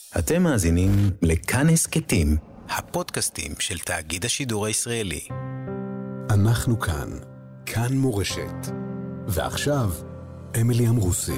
אתם מאזינים לכאן הסכתים, הפודקאסטים של תאגיד השידור הישראלי. אנחנו כאן, כאן מורשת. ועכשיו, אמילי אמרוסי.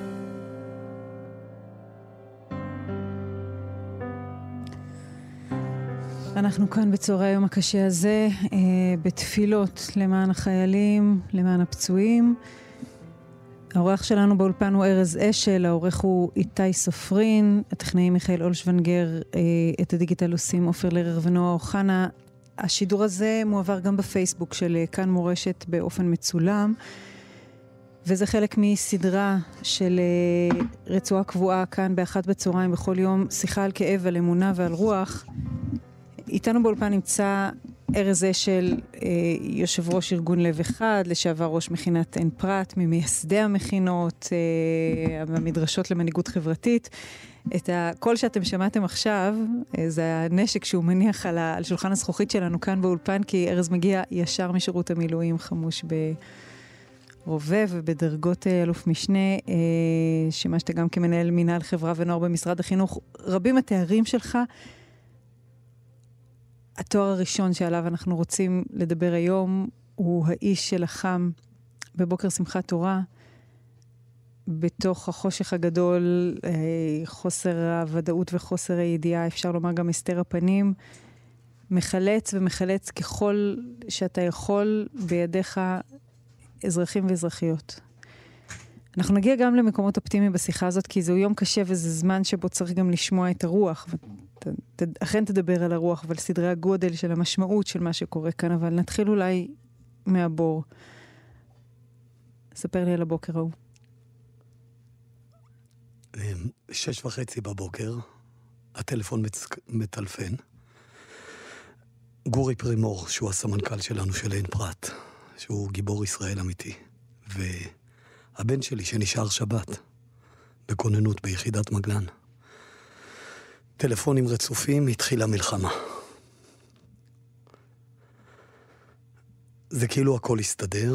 אנחנו כאן בצהרי היום הקשה הזה, בתפילות למען החיילים, למען הפצועים. האורח שלנו באולפן הוא ארז אשל, העורך הוא איתי סופרין, הטכנאי מיכאל אולשוונגר, את הדיגיטל עושים עופר לרר ונועה אוחנה. השידור הזה מועבר גם בפייסבוק של כאן מורשת באופן מצולם, וזה חלק מסדרה של רצועה קבועה כאן באחת בצהריים בכל יום, שיחה על כאב, על אמונה ועל רוח. איתנו באולפן נמצא ארז אשל, יושב ראש ארגון לב אחד, לשעבר ראש מכינת עין פרת, ממייסדי המכינות, המדרשות למנהיגות חברתית. את הקול שאתם שמעתם עכשיו, זה הנשק שהוא מניח על שולחן הזכוכית שלנו כאן באולפן, כי ארז מגיע ישר משירות המילואים, חמוש ברובה ובדרגות אלוף משנה, שימשת גם כמנהל מינהל חברה ונוער במשרד החינוך. רבים התארים שלך. התואר הראשון שעליו אנחנו רוצים לדבר היום הוא האיש שלחם בבוקר שמחת תורה, בתוך החושך הגדול, חוסר הוודאות וחוסר הידיעה, אפשר לומר גם הסתר הפנים, מחלץ ומחלץ ככל שאתה יכול בידיך אזרחים ואזרחיות. אנחנו נגיע גם למקומות אופטימיים בשיחה הזאת, כי זהו יום קשה וזה זמן שבו צריך גם לשמוע את הרוח, אכן תדבר על הרוח ועל סדרי הגודל של המשמעות של מה שקורה כאן, אבל נתחיל אולי מהבור. ספר לי על הבוקר ההוא. 6:30 בבוקר, הטלפון מטלפן. גורי פרימור, שהוא הסמנכ"ל שלנו של עין פרת, שהוא גיבור ישראל אמיתי, והבן שלי שנשאר שבת בכוננות ביחידת מגלן. טלפונים רצופים, התחילה מלחמה. זה כאילו הכל הסתדר.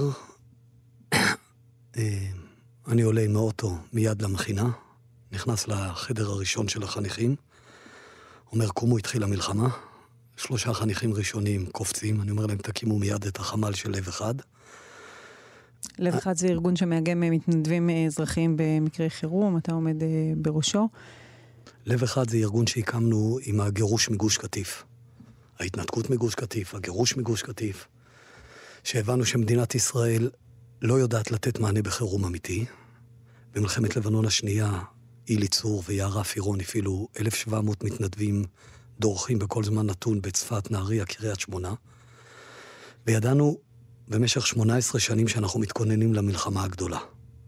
אני עולה עם האוטו מיד למכינה, נכנס לחדר הראשון של החניכים, אומר, קומו, התחילה מלחמה. 3 חניכים ראשונים קופצים, אני אומר להם, תקימו מיד את החמ"ל של לב אחד. לב אחד זה ארגון שמאגם מתנדבים אזרחיים במקרי חירום, אתה עומד בראשו. לב אחד זה ארגון שהקמנו עם הגירוש מגוש קטיף. ההתנתקות מגוש קטיף, הגירוש מגוש קטיף. שהבנו שמדינת ישראל לא יודעת לתת מענה בחירום אמיתי. במלחמת לבנון השנייה, אילי צור ויערה פירון הפעילו 1,700 מתנדבים דורכים בכל זמן נתון בצפת, נהריה, קריית שמונה. וידענו במשך 18 שנים שאנחנו מתכוננים למלחמה הגדולה.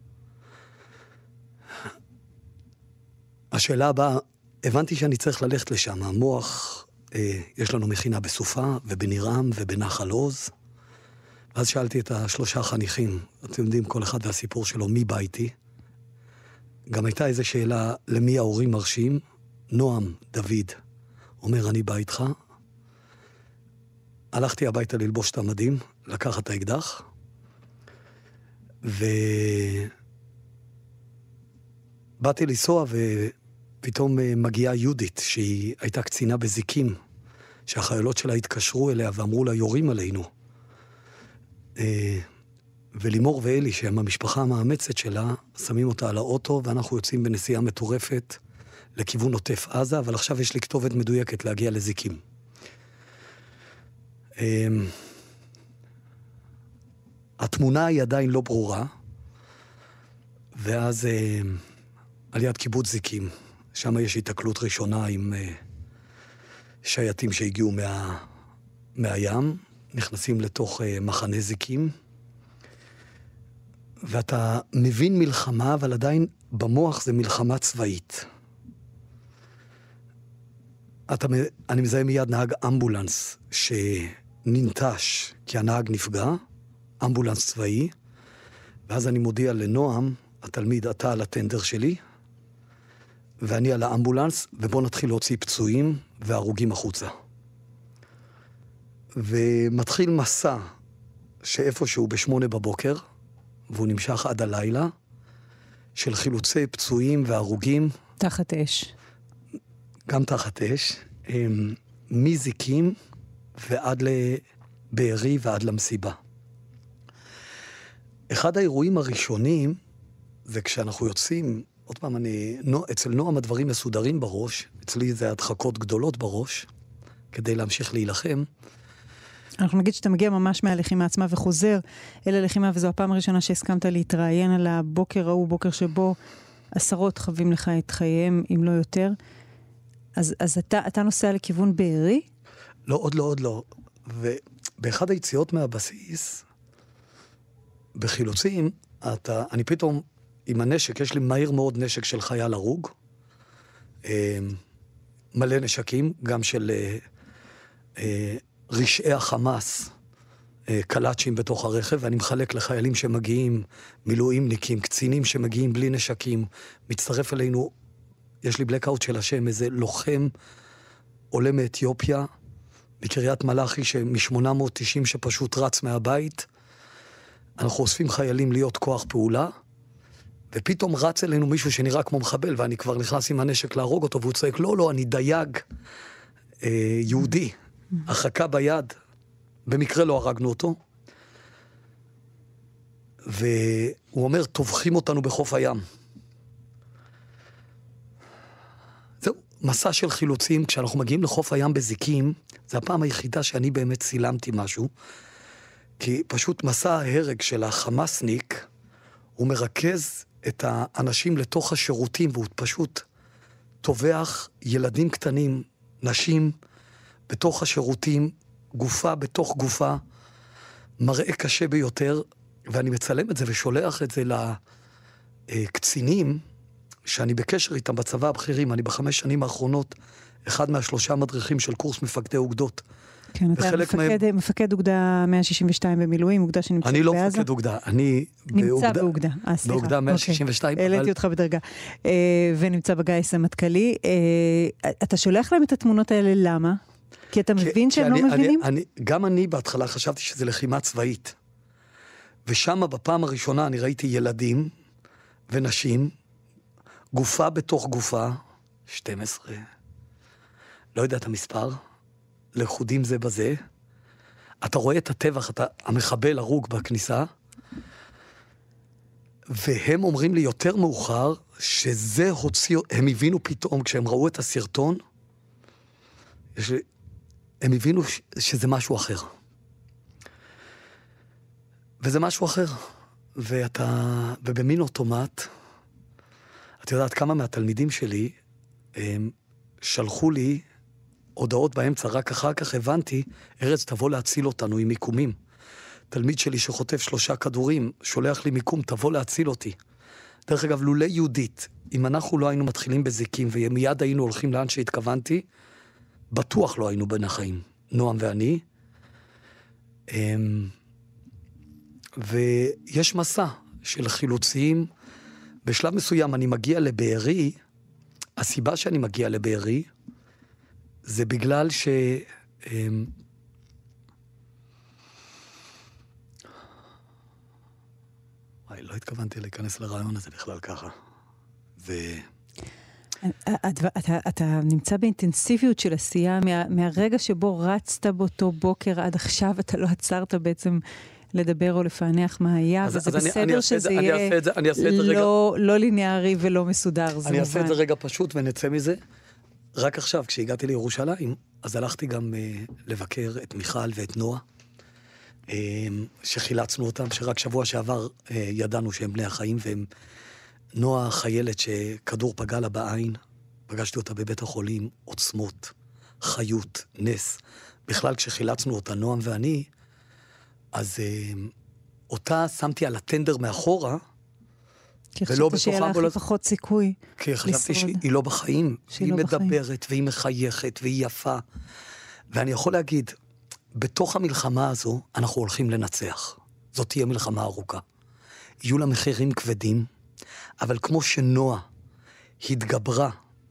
השאלה הבאה, הבנתי שאני צריך ללכת לשם. המוח, יש לנו מכינה בסופה ובנירם ובנחל עוז. ואז שאלתי את 3 חניכים, אתם יודעים, כל אחד והסיפור שלו, מי בא איתי? גם הייתה איזו שאלה, למי ההורים מרשים? נועם, דוד, אומר, אני בא איתך. הלכתי הביתה ללבוש את המדים, לקחת את האקדח, באתי לנסוע ופתאום מגיעה יהודית, שהיא הייתה קצינה בזיקים, שהחיילות שלה התקשרו אליה ואמרו לה, יורים עלינו. ולימור ואלי, שהם המשפחה המאמצת שלה, שמים אותה על האוטו, ואנחנו יוצאים בנסיעה מטורפת לכיוון עוטף עזה, אבל עכשיו יש לי כתובת מדויקת להגיע לזיקים. התמונה היא עדיין לא ברורה, ואז על יד קיבוץ זיקים, שם יש התקלות ראשונה עם שייטים שהגיעו מהים, נכנסים לתוך מחנה זיקים, ואתה מבין מלחמה, אבל עדיין במוח זה מלחמה צבאית. אני מזהה מיד נהג אמבולנס שננטש כי הנהג נפגע, אמבולנס צבאי, ואז אני מודיע לנועם, התלמיד, אתה על הטנדר שלי, ואני על האמבולנס, ובוא נתחיל להוציא פצועים והרוגים החוצה. ומתחיל מסע שאיפשהו 8 בבוקר, והוא נמשך עד הלילה, של חילוצי פצועים והרוגים. תחת אש. גם תחת אש, מזיקים ועד לבארי ועד למסיבה. אחד האירועים הראשונים, זה כשאנחנו יוצאים, עוד פעם, אצל נועם הדברים מסודרים בראש, אצלי זה הדחקות גדולות בראש, כדי להמשיך להילחם. אנחנו נגיד שאתה מגיע ממש מהלחימה עצמה וחוזר אל הלחימה, וזו הפעם הראשונה שהסכמת להתראיין על הבוקר ההוא, בוקר שבו עשרות חווים לך את חייהם, אם לא יותר. אז אתה נוסע לכיוון בארי? לא, עוד לא. ובאחד היציאות מהבסיס, בחילוצים, אני פתאום, עם הנשק, יש לי מהיר מאוד נשק של חייל הרוג, מלא נשקים, גם של רשעי החמאס, קלאצ'ים בתוך הרכב, ואני מחלק לחיילים שמגיעים, מילואימניקים, קצינים שמגיעים בלי נשקים, מצטרף אלינו, יש לי בלקאוט של השם, איזה לוחם עולה מאתיופיה, בקריית מלאכי, מ-890 שפשוט רץ מהבית, אנחנו אוספים חיילים להיות כוח פעולה, ופתאום רץ אלינו מישהו שנראה כמו מחבל, ואני כבר נכנס עם הנשק להרוג אותו, והוא צועק, לא, אני דייג יהודי, החכה ביד, במקרה לא הרגנו אותו, והוא אומר, טובחים אותנו בחוף הים. זהו, מסע של חילוצים, כשאנחנו מגיעים לחוף הים בזיקים, זה הפעם היחידה שאני באמת צילמתי משהו, כי פשוט מסע ההרג של החמאסניק, הוא מרכז את האנשים לתוך השירותים, והוא פשוט טובח ילדים קטנים, נשים, בתוך השירותים, גופה בתוך גופה, מראה קשה ביותר, ואני מצלם את זה ושולח את זה לקצינים, שאני בקשר איתם בצבא הבכירים, אני ב5 שנים האחרונות, אחד מה3 מדריכים של קורס מפקדי אוגדות. כן, אתה מפקד אוגדה 162 במילואים, אוגדה שנמצאת בעזה? אני לא מפקד אוגדה, אני נמצא באוגדה. באוגדה 162. העליתי אותך בדרגה. ונמצא בגייס המטכ"לי. אתה שולח להם את התמונות האלה, למה? כי אתה מבין שהם לא מבינים? גם אני בהתחלה חשבתי שזה לחימה צבאית. ושם בפעם הראשונה אני ראיתי ילדים ונשים, גופה בתוך גופה, 12, לא יודע את המספר, לחודים זה בזה, אתה רואה את הטבח, המחבל הרוג בכניסה, והם אומרים לי יותר מאוחר, שזה הוציא, הם הבינו פתאום, כשהם ראו את הסרטון, הם הבינו שזה משהו אחר. וזה משהו אחר. ובמין אוטומט, את יודעת כמה מהתלמידים שלי, הם שלחו לי הודעות באמצע, רק אחר כך הבנתי, ארץ תבוא להציל אותנו עם מיקומים. תלמיד שלי שחוטף 3 כדורים, שולח לי מיקום, תבוא להציל אותי. דרך אגב, לולא יהודית, אם אנחנו לא היינו מתחילים בזיקים, ומיד היינו הולכים לאן שהתכוונתי, בטוח לא היינו בין החיים, נועם ואני. ויש מסע של חילוצים. בשלב מסוים אני מגיע לבארי, הסיבה שאני מגיע לבארי, זה בגלל ש... לא התכוונתי להיכנס לרעיון הזה בכלל ככה. אתה נמצא באינטנסיביות של עשייה, מהרגע שבו רצת באותו בוקר עד עכשיו, אתה לא עצרת בעצם לדבר או לפענח מה היה, וזה בסדר שזה יהיה לא ליניארי ולא מסודר. אני אעשה את זה רגע פשוט ונצא מזה. רק עכשיו, כשהגעתי לירושלים, אז הלכתי גם לבקר את מיכל ואת נועה, שחילצנו אותם, שרק שבוע שעבר ידענו שהם בני החיים, והם נועה חיילת שכדור פגע לה בעין, פגשתי אותה בבית החולים, עוצמות, חיות, נס. בכלל כשחילצנו אותה, נועם ואני, אז אותה שמתי על הטנדר מאחורה, כי חשבתי שיהיה לה הכי פחות סיכוי. כי חשבתי שהיא לא בחיים, היא מדברת והיא מחייכת והיא יפה. ואני יכול להגיד, בתוך המלחמה הזו אנחנו הולכים לנצח. זאת תהיה מלחמה ארוכה. יהיו לה מחירים כבדים, אבל כמו שנועה התגברה,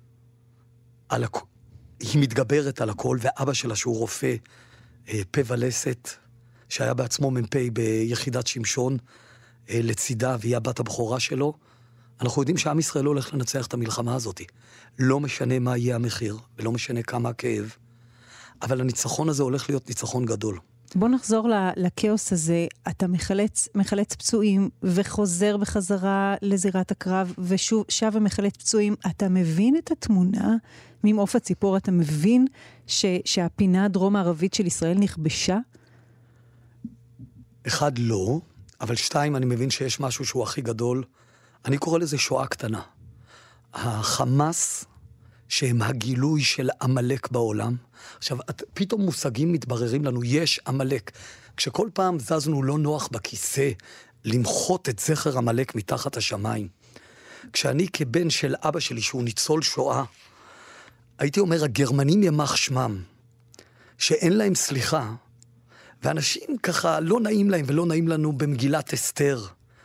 היא מתגברת על הכל, ואבא שלה שהוא רופא פה ולסת, שהיה בעצמו מ"פ ביחידת שמשון, לצידה, והיא הבת הבכורה שלו, אנחנו יודעים שעם ישראל לא הולך לנצח את המלחמה הזאת. לא משנה מה יהיה המחיר, ולא משנה כמה הכאב, אבל הניצחון הזה הולך להיות ניצחון גדול. בוא נחזור לקאוס הזה. אתה מחלץ פצועים וחוזר בחזרה לזירת הקרב ושוב שב ומחלץ פצועים. אתה מבין את התמונה ממעוף הציפור? אתה מבין שהפינה הדרום-מערבית של ישראל נכבשה? אחד לא, אבל שתיים, אני מבין שיש משהו שהוא הכי גדול. אני קורא לזה שואה קטנה. החמאס, שהם הגילוי של עמלק בעולם. עכשיו, פתאום מושגים מתבררים לנו, יש עמלק. כשכל פעם זזנו לא נוח בכיסא, למחות את זכר עמלק מתחת השמיים. כשאני כבן של אבא שלי, שהוא ניצול שואה, הייתי אומר, הגרמנים ימח שמם, שאין להם סליחה, ואנשים ככה לא נעים להם ולא נעים לנו במגילת אסתר.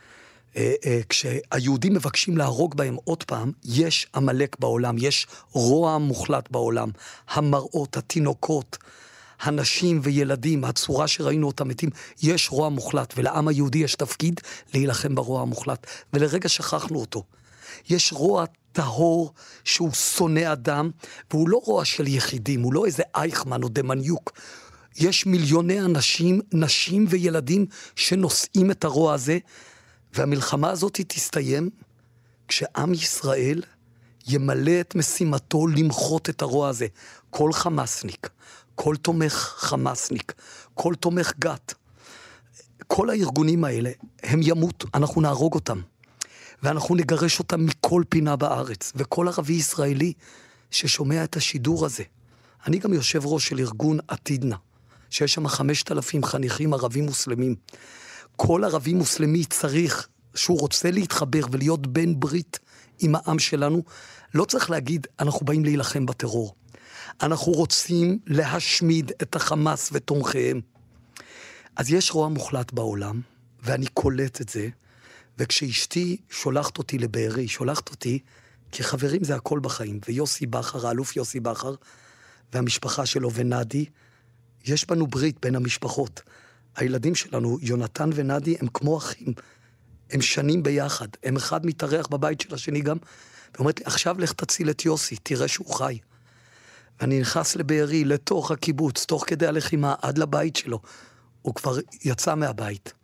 כשהיהודים מבקשים להרוג בהם עוד פעם, יש עמלק בעולם, יש רוע מוחלט בעולם. המראות, התינוקות, הנשים וילדים, הצורה שראינו אותם מתים, יש רוע מוחלט, ולעם היהודי יש תפקיד להילחם ברוע המוחלט, ולרגע שכחנו אותו. יש רוע טהור שהוא שונא אדם, והוא לא רוע של יחידים, הוא לא איזה אייכמן או דמניוק. יש מיליוני אנשים, נשים וילדים שנושאים את הרוע הזה, והמלחמה הזאת תסתיים כשעם ישראל ימלא את משימתו למחות את הרוע הזה. כל חמאסניק, כל תומך חמאסניק, כל תומך גת, כל הארגונים האלה, הם ימות, אנחנו נהרוג אותם. ואנחנו נגרש אותם מכל פינה בארץ, וכל ערבי ישראלי ששומע את השידור הזה. אני גם יושב ראש של ארגון עתידנה, שיש שם 5,000 חניכים ערבים מוסלמים. כל ערבי מוסלמי צריך, שהוא רוצה להתחבר ולהיות בן ברית עם העם שלנו, לא צריך להגיד, אנחנו באים להילחם בטרור. אנחנו רוצים להשמיד את החמאס ותומכיהם. אז יש רוע מוחלט בעולם, ואני קולט את זה, וכשאשתי שולחת אותי לבארי, שולחת אותי, כי חברים זה הכל בחיים, ויוסי בחר, האלוף יוסי בחר, והמשפחה שלו ונדי, יש בנו ברית בין המשפחות. הילדים שלנו, יונתן ונדי, הם כמו אחים. הם שנים ביחד. הם אחד מתארח בבית של השני גם, ואומרת לי, עכשיו לך תציל את יוסי, תראה שהוא חי. ואני נכנס לבארי, לתוך הקיבוץ, תוך כדי הלחימה, עד לבית שלו. הוא כבר יצא מהבית.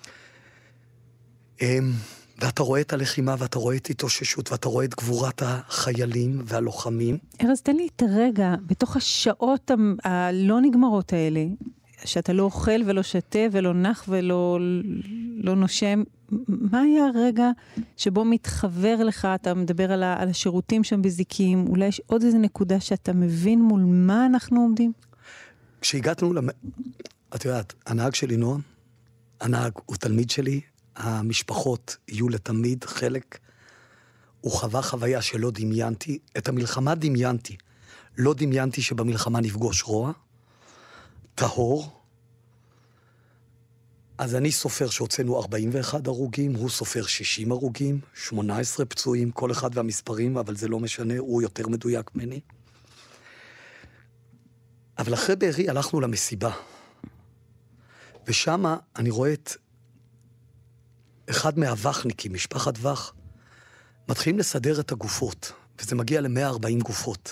ואתה רואה את הלחימה, ואתה רואה את התאוששות, ואתה רואה את גבורת החיילים והלוחמים. ארז, תן לי את הרגע, בתוך השעות הלא נגמרות האלה, שאתה לא אוכל ולא שתה ולא נח ולא נושם, מה היה הרגע שבו מתחבר לך, אתה מדבר על השירותים שם בזיקים, אולי יש עוד איזו נקודה שאתה מבין מול מה אנחנו עומדים? כשהגעתנו, את יודעת, הנהג שלי נועם, הנהג הוא תלמיד שלי, המשפחות יהיו לתמיד חלק, הוא חווה חוויה שלא דמיינתי, את המלחמה דמיינתי, לא דמיינתי שבמלחמה נפגוש רוע, טהור, אז אני סופר שהוצאנו 41 הרוגים, הוא סופר 60 הרוגים, 18 פצועים, כל אחד והמספרים, אבל זה לא משנה, הוא יותר מדויק ממני. אבל אחרי בארי הלכנו למסיבה, ושם אני רואה את אחד מהווחניקים, משפחת וח, מתחילים לסדר את הגופות, וזה מגיע ל-140 גופות.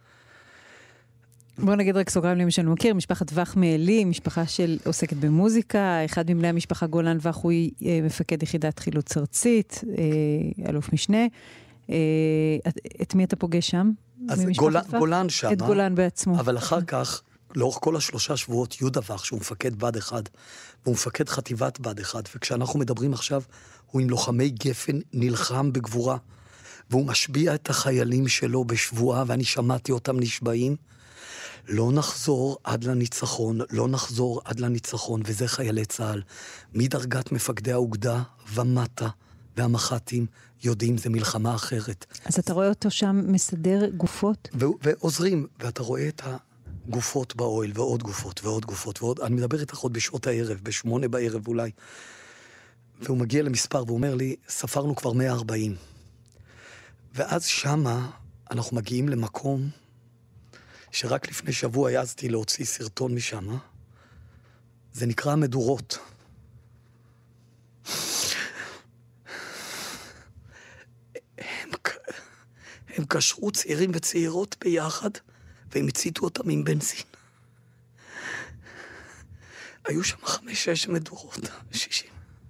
בוא נגיד רק סוגריים למי שאני מכיר, משפחת וח מעלי, משפחה של עוסקת במוזיקה, אחד מבני המשפחה גולן וח הוא מפקד יחידת חילוץ ארצית, אלוף משנה. את מי אתה פוגש שם? אז גולן שם. את גולן בעצמו. אבל אחר כך, לאורך כל 3 שבועות, יהודה וח, שהוא מפקד בד אחד, והוא מפקד חטיבת בד אחד, וכשאנחנו מדברים עכשיו, הוא עם לוחמי גפן נלחם בגבורה, והוא משביע את החיילים שלו בשבועה, ואני שמעתי אותם נשבעים, לא נחזור עד לניצחון, לא נחזור עד לניצחון, וזה חיילי צה"ל. מדרגת מפקדי האוגדה ומטה, והמח"טים יודעים, זה מלחמה אחרת. אז אתה רואה אותו שם מסדר גופות? ועוזרים, ואתה רואה את הגופות באוהל, ועוד גופות, ועוד גופות, ועוד, אני מדבר איתך עוד בשעות הערב, ב8 בערב אולי, והוא מגיע למספר, והוא אומר לי, ספרנו כבר 140. ואז שמה אנחנו מגיעים למקום, שרק לפני שבוע העזתי להוציא סרטון משם, זה נקרא המדורות. הם קשרו צעירים וצעירות ביחד, והם הציתו אותם עם בנזין. היו שם 5-6 מדורות, 60.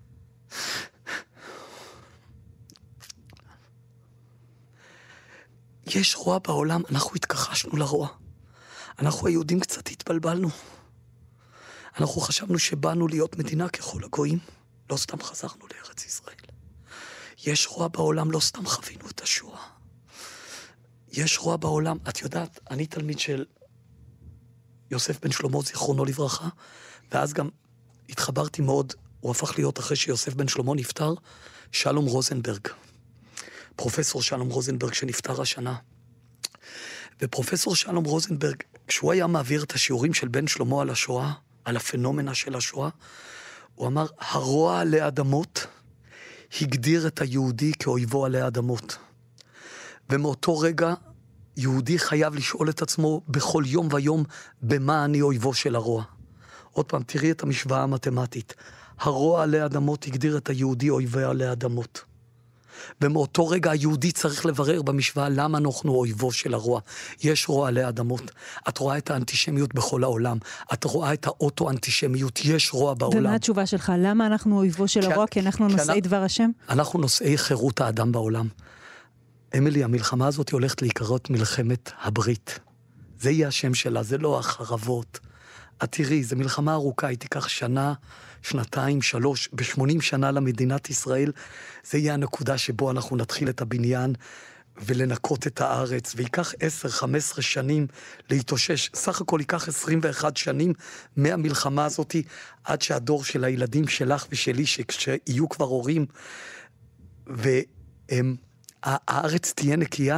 יש רוע בעולם, אנחנו התכחשנו לרוע. אנחנו היהודים קצת התבלבלנו. אנחנו חשבנו שבאנו להיות מדינה ככל הגויים, לא סתם חזרנו לארץ ישראל. יש רוע בעולם, לא סתם חווינו את השואה. יש רוע בעולם, את יודעת, אני תלמיד של יוסף בן שלמה, זיכרונו לברכה, ואז גם התחברתי מאוד, הוא הפך להיות אחרי שיוסף בן שלמה נפטר, שלום רוזנברג. פרופסור שלום רוזנברג שנפטר השנה. ופרופסור שלום רוזנברג, כשהוא היה מעביר את השיעורים של בן שלמה על השואה, על הפנומנה של השואה, הוא אמר, הרוע עלי אדמות הגדיר את היהודי כאויבו עלי אדמות. ומאותו רגע, יהודי חייב לשאול את עצמו בכל יום ויום, במה אני אויבו של הרוע. עוד פעם, תראי את המשוואה המתמטית. הרוע עלי אדמות הגדיר את היהודי אויבו עלי אדמות. ומאותו רגע היהודי צריך לברר במשוואה למה אנחנו אויבו של הרוע. יש רוע עלי אדמות. את רואה את האנטישמיות בכל העולם. את רואה את האוטו-אנטישמיות. יש רוע בעולם. ומה התשובה שלך? למה אנחנו אויבו של הרוע? כי אנחנו נושאי דבר השם? אנחנו נושאי חירות האדם בעולם. אמילי, המלחמה הזאת הולכת להיקראות מלחמת הברית. זה יהיה השם שלה, זה לא החרבות. את תראי, זו מלחמה ארוכה, היא תיקח שנה, 2, 3, ב-80 שנה למדינת ישראל, זה יהיה הנקודה שבו אנחנו נתחיל את הבניין ולנקות את הארץ, ויקח 10-15 שנים להתאושש. סך הכל ייקח 21 שנים מהמלחמה הזאת, עד שהדור של הילדים שלך ושלי, שיהיו כבר הורים, והארץ תהיה נקייה.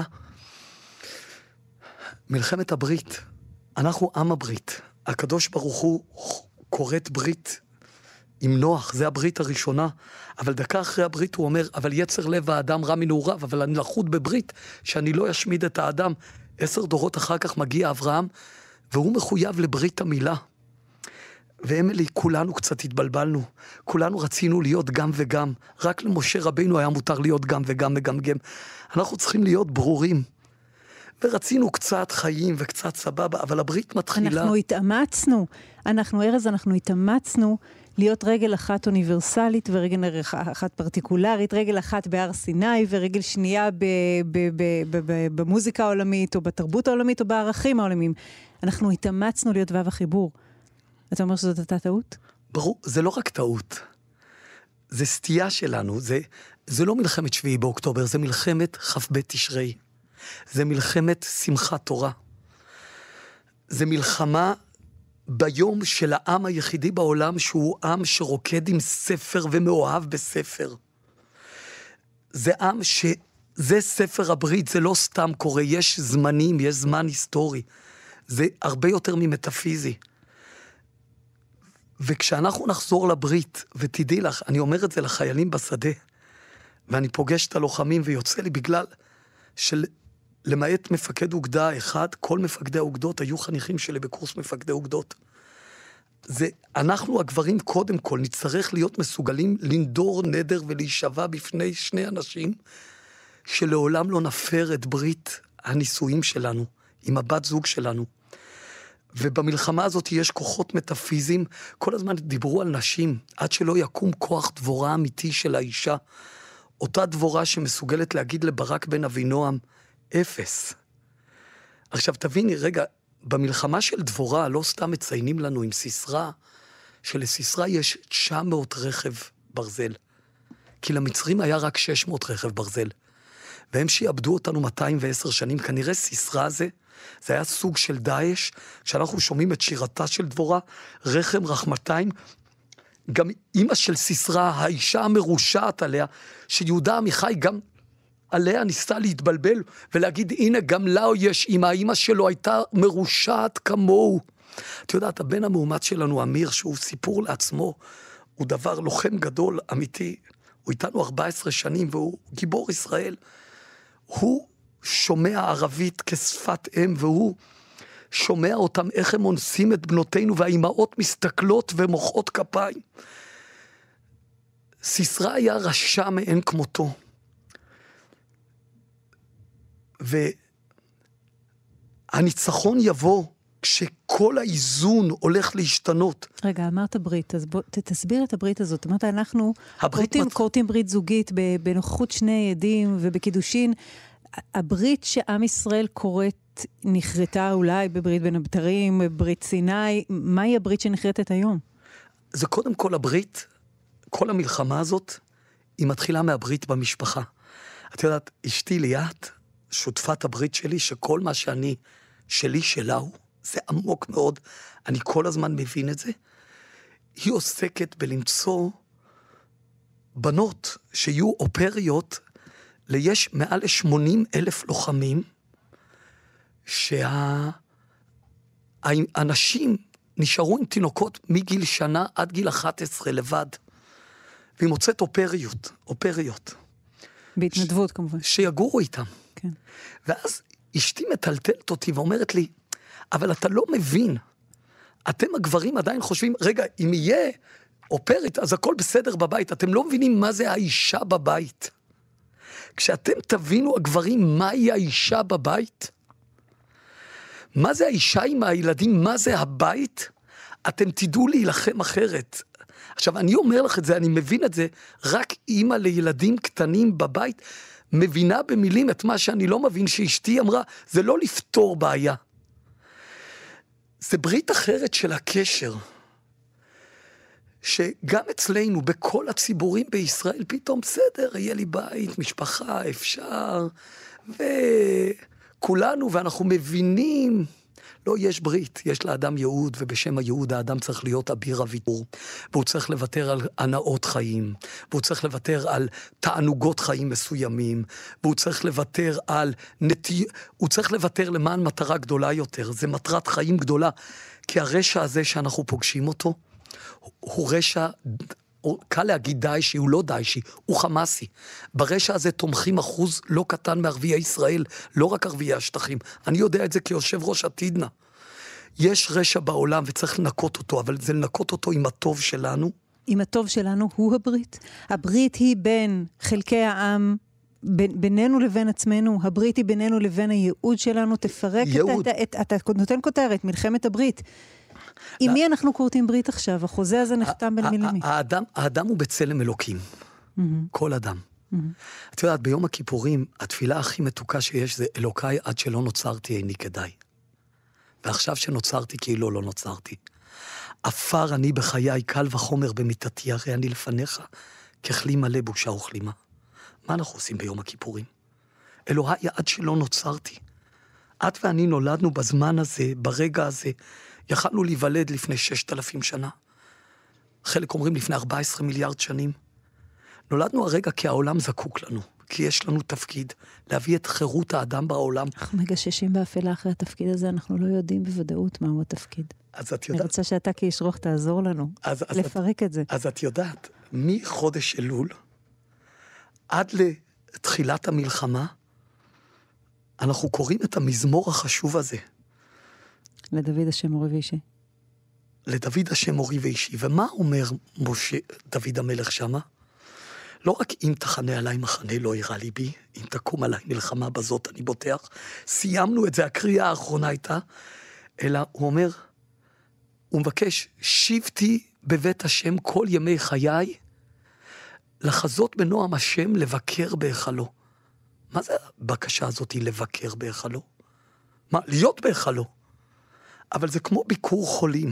מלחמת הברית, אנחנו עם הברית. הקדוש ברוך הוא קוראת ברית עם נוח, זה הברית הראשונה, אבל דקה אחרי הברית הוא אומר, אבל יצר לב האדם רע מנעוריו, אבל אני לחוד בברית, שאני לא אשמיד את האדם. 10 דורות אחר כך מגיע אברהם, והוא מחויב לברית המילה. ואמילי, כולנו קצת התבלבלנו, כולנו רצינו להיות גם וגם, רק למשה רבינו היה מותר להיות גם וגם וגם. אנחנו צריכים להיות ברורים. ורצינו קצת חיים וקצת סבבה, אבל הברית מתחילה. אנחנו התאמצנו להיות רגל אחת אוניברסלית ורגל אחת פרטיקולרית, רגל אחת בהר סיני ורגל שנייה במוזיקה העולמית או בתרבות העולמית או בערכים העולמיים. אנחנו התאמצנו להיות וו החיבור. אתה אומר שזאת הייתה טעות? ברור, זה לא רק טעות. זה סטייה שלנו, זה לא מלחמת 7 באוקטובר, זה מלחמת כ"ב תשרי. זה מלחמת שמחת תורה. זה מלחמה ביום של העם היחידי בעולם, שהוא עם שרוקד עם ספר ומאוהב בספר. זה עם זה ספר הברית, זה לא סתם קורה, יש זמנים, יש זמן היסטורי. זה הרבה יותר ממטאפיזי. וכשאנחנו נחזור לברית, ותדעי לך, אני אומר את זה לחיילים בשדה, ואני פוגש את הלוחמים ויוצא לי בגלל למעט מפקד אוגדה אחד, כל מפקדי האוגדות היו חניכים שלי בקורס מפקדי אוגדות. אנחנו הגברים קודם כל נצטרך להיות מסוגלים לנדור נדר ולהישבע בפני 2 אנשים שלעולם לא נפר את ברית הנישואים שלנו, עם הבת זוג שלנו. ובמלחמה הזאת יש כוחות מטאפיזיים, כל הזמן דיברו על נשים, עד שלא יקום כוח דבורה אמיתי של האישה, אותה דבורה שמסוגלת להגיד לברק בן אבינועם, 0. עכשיו תביני, רגע, במלחמה של דבורה לא סתם מציינים לנו עם סיסרא, שלסיסרא יש 900 רכב ברזל, כי למצרים היה רק 600 רכב ברזל, והם שיעבדו אותנו 210 שנים, כנראה סיסרא זה היה סוג של דאעש. כשאנחנו שומעים את שירתה של דבורה, רחם רחמתיים, גם אמא של סיסרא, האישה המרושעת עליה, שיהודה עמיחי גם עליה ניסה להתבלבל, ולהגיד, הנה גם לה יש אמא, האמא שלו הייתה מרושעת כמוהו. את יודעת, הבן המאומץ שלנו, אמיר, שהוא סיפור לעצמו, הוא דבר לוחם גדול, אמיתי, הוא איתנו 14 שנים, והוא גיבור ישראל. הוא שומע ערבית כשפת אם, והוא שומע אותם איך הם אונסים את בנותינו, והאימהות מסתכלות ומוחאות כפיים. סיסרא היה רשע מאין כמותו. והניצחון יבוא כשכל האיזון הולך להשתנות. רגע, אמרת ברית, אז בוא תסביר את הברית הזאת. אמרת, אנחנו קורטים ברית זוגית בנוכחות שני עדים ובקידושין. הברית שעם ישראל קוראת נחרטה אולי בברית בין הבתרים, בברית סיני. מהי הברית שנחרטת היום? זה קודם כל הברית, כל המלחמה הזאת, היא מתחילה מהברית במשפחה. את יודעת, אשתי ליאת, שותפת הברית שלי, שכל מה שאני, שלי, שלה הוא, זה עמוק מאוד, אני כל הזמן מבין את זה. היא עוסקת בלמצוא בנות שיהיו אופריות, יש מעל 80,000 לוחמים, שהאנשים נשארו עם תינוקות מגיל שנה עד גיל 11 לבד, והיא מוצאת אופריות. בהתנדבות כמובן. שיגורו איתם. כן. ואז אשתי מטלטלת אותי ואומרת לי, אבל אתה לא מבין, אתם הגברים עדיין חושבים, רגע, אם יהיה אופרית, אז הכל בסדר בבית, אתם לא מבינים מה זה האישה בבית. כשאתם תבינו הגברים, מהי האישה בבית, מה זה האישה עם הילדים, מה זה הבית, אתם תדעו להילחם אחרת. עכשיו, אני אומר לך את זה, אני מבין את זה, רק אמא לילדים קטנים בבית, מבינה במילים את מה שאני לא מבין, שאשתי אמרה, זה לא לפתור בעיה. זה ברית אחרת של הקשר, שגם אצלנו, בכל הציבורים בישראל, פתאום בסדר, יהיה לי בית, משפחה, אפשר, וכולנו, ואנחנו מבינים, לא, יש ברית, יש לאדם ייעוד, ובשם הייעוד האדם צריך להיות אביר הוויתור, והוא צריך לוותר על הנאות חיים, והוא צריך לוותר על תענוגות חיים מסוימים, והוא צריך לוותר על הוא צריך לוותר למען מטרה גדולה יותר, זה מטרת חיים גדולה, כי הרשע הזה שאנחנו פוגשים אותו, הוא רשע, קל להגיד דאעשי, הוא לא דאעשי, הוא חמאסי. ברשע הזה תומכים אחוז לא קטן מערביי ישראל, לא רק ערביי השטחים. אני יודע את זה כיושב ראש עתידנה. יש רשע בעולם וצריך לנקות אותו, אבל זה לנקות אותו עם הטוב שלנו. עם הטוב שלנו הוא הברית. הברית היא בין חלקי העם, בינינו לבין עצמנו, הברית היא בינינו לבין הייעוד שלנו, תפרק אתה נותן כותרת, מלחמת הברית. עם מי אנחנו קוראים ברית עכשיו? החוזה הזה נחתם בין מי למי? האדם הוא בצלם אלוקים. כל אדם. את יודעת, ביום הכיפורים, התפילה הכי מתוקה שיש זה, אלוקיי עד שלא נוצרתי איני כדאי. ועכשיו שנוצרתי כאילו לא נוצרתי. אפר אני בחיי, קל וחומר במיטתי, הרי אני לפניך, ככלי מלא בושה וכלימה. מה אנחנו עושים ביום הכיפורים? אלוהי עד שלא נוצרתי. את ואני נולדנו בזמן הזה, ברגע הזה, יכלנו להיוולד לפני 6,000 שנה. חלק אומרים לפני 14 מיליארד שנים. נולדנו הרגע כי העולם זקוק לנו, כי יש לנו תפקיד להביא את חירות האדם בעולם. אנחנו מגששים באפלה אחרי התפקיד הזה, אנחנו לא יודעים בוודאות מהו התפקיד. אז את יודעת... אני רוצה שאתה כאיש רוח תעזור לנו, לפרק את זה. אז את יודעת, מחודש אלול עד לתחילת המלחמה, אנחנו קוראים את המזמור החשוב הזה. לדוד השם אורי ואישי. לדוד השם אורי ואישי. ומה אומר משה, דוד המלך שמה? לא רק אם תחנה עליי מחנה לא יראה ליבי, אם תקום עליי מלחמה בזאת אני בוטח, סיימנו את זה, הקריאה האחרונה הייתה, אלא הוא אומר, הוא מבקש, שבתי בבית השם כל ימי חיי, לחזות בנועם השם לבקר בהיכלו. מה זה הבקשה הזאת לבקר בהיכלו? מה? להיות בהיכלו. אבל זה כמו ביקור חולים.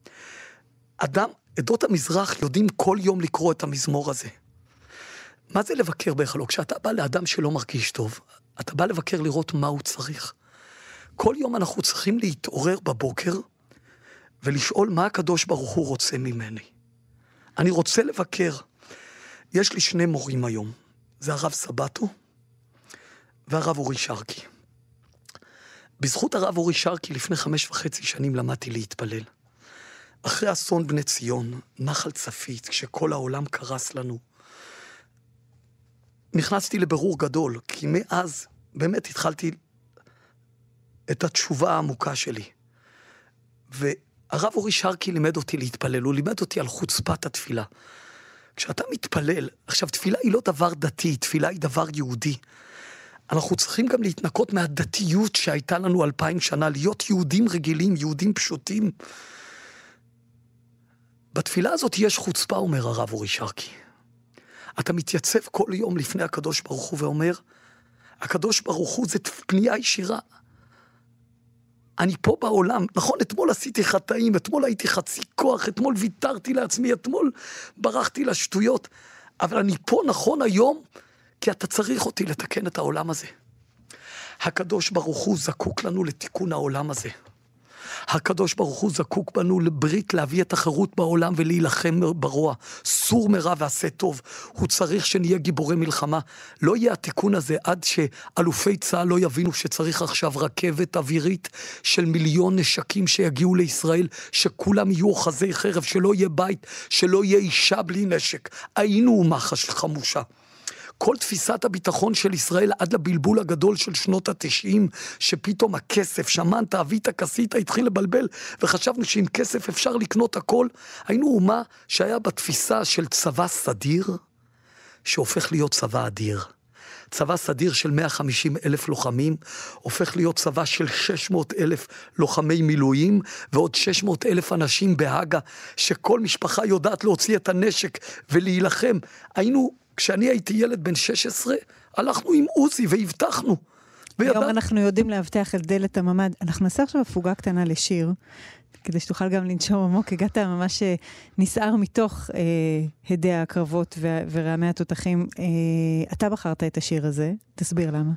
עדות המזרח יודעים כל יום לקרוא את המזמור הזה. מה זה לבקר בהיכלו? כשאתה בא לאדם שלא מרגיש טוב, אתה בא לבקר לראות מה הוא צריך. כל יום אנחנו צריכים להתעורר בבוקר, ולשאול מה הקדוש ברוך הוא רוצה ממני. אני רוצה לבקר. יש לי 2 מורים היום. זה הרב סבתו, והרב אורי שרקי. בזכות הרב אורי שרקי לפני 5.5 שנים למדתי להתפלל. אחרי אסון בני ציון, נחל צפית, כשכל העולם קרס לנו, נכנסתי לבירור גדול, כי מאז באמת התחלתי את התשובה העמוקה שלי. והרב אורי שרקי לימד אותי להתפלל, הוא לימד אותי על חוצפת התפילה. כשאתה מתפלל, עכשיו תפילה היא לא דבר דתי, תפילה היא דבר יהודי. אנחנו צריכים גם להתנקות מהדתיות שהייתה לנו 2000 שנה, להיות יהודים רגילים, יהודים פשוטים. בתפילה הזאת יש חוצפה, אומר הרב אורי שרקי. אתה מתייצב כל יום לפני הקדוש ברוך הוא ואומר, הקדוש ברוך הוא זה פנייה ישירה. אני פה בעולם, נכון, אתמול עשיתי חטאים, אתמול הייתי חצי כוח, אתמול ויתרתי לעצמי, אתמול ברחתי לשטויות, אבל אני פה נכון היום, כי אתה צריך אותי לתקן את העולם הזה. הקדוש ברוך הוא זקוק לנו לתיקון העולם הזה. הקדוש ברוך הוא זקוק בנו לברית להביא את החירות בעולם ולהילחם ברוע. סור מרע ועשה טוב. הוא צריך שנהיה גיבורי מלחמה. לא יהיה התיקון הזה עד שאלופי צה"ל לא יבינו שצריך עכשיו רכבת אווירית של 1,000,000 נשקים שיגיעו לישראל, שכולם יהיו אוחזי חרב, שלא יהיה בית, שלא יהיה אישה בלי נשק. היינו אומה חמושה. כל תפיסת הביטחון של ישראל עד לבלבול הגדול של שנות ה-90, שפתאום הכסף, שמנת, אבית, כסית, התחיל לבלבל, וחשבנו שעם כסף אפשר לקנות הכל. היינו אומה שהיה בתפיסה של צבא סדיר, שהופך להיות צבא אדיר. צבא סדיר של 150,000 לוחמים, הופך להיות צבא של 600,000 לוחמי מילואים, ועוד 600,000 אנשים בהגה, שכל משפחה יודעת להוציא את הנשק ולהילחם. כשאני הייתי ילד בן 16, הלכנו עם עוזי והבטחנו. היום אנחנו יודעים להבטח על דלת הממד. אנחנו נעשה עכשיו הפוגה קטנה לשיר, כדי שתוכל גם לנשום עמוק. הגעת ממש נסער מתוך הדי הקרבות ורעמי התותחים. אתה בחרת את השיר הזה, תסביר למה.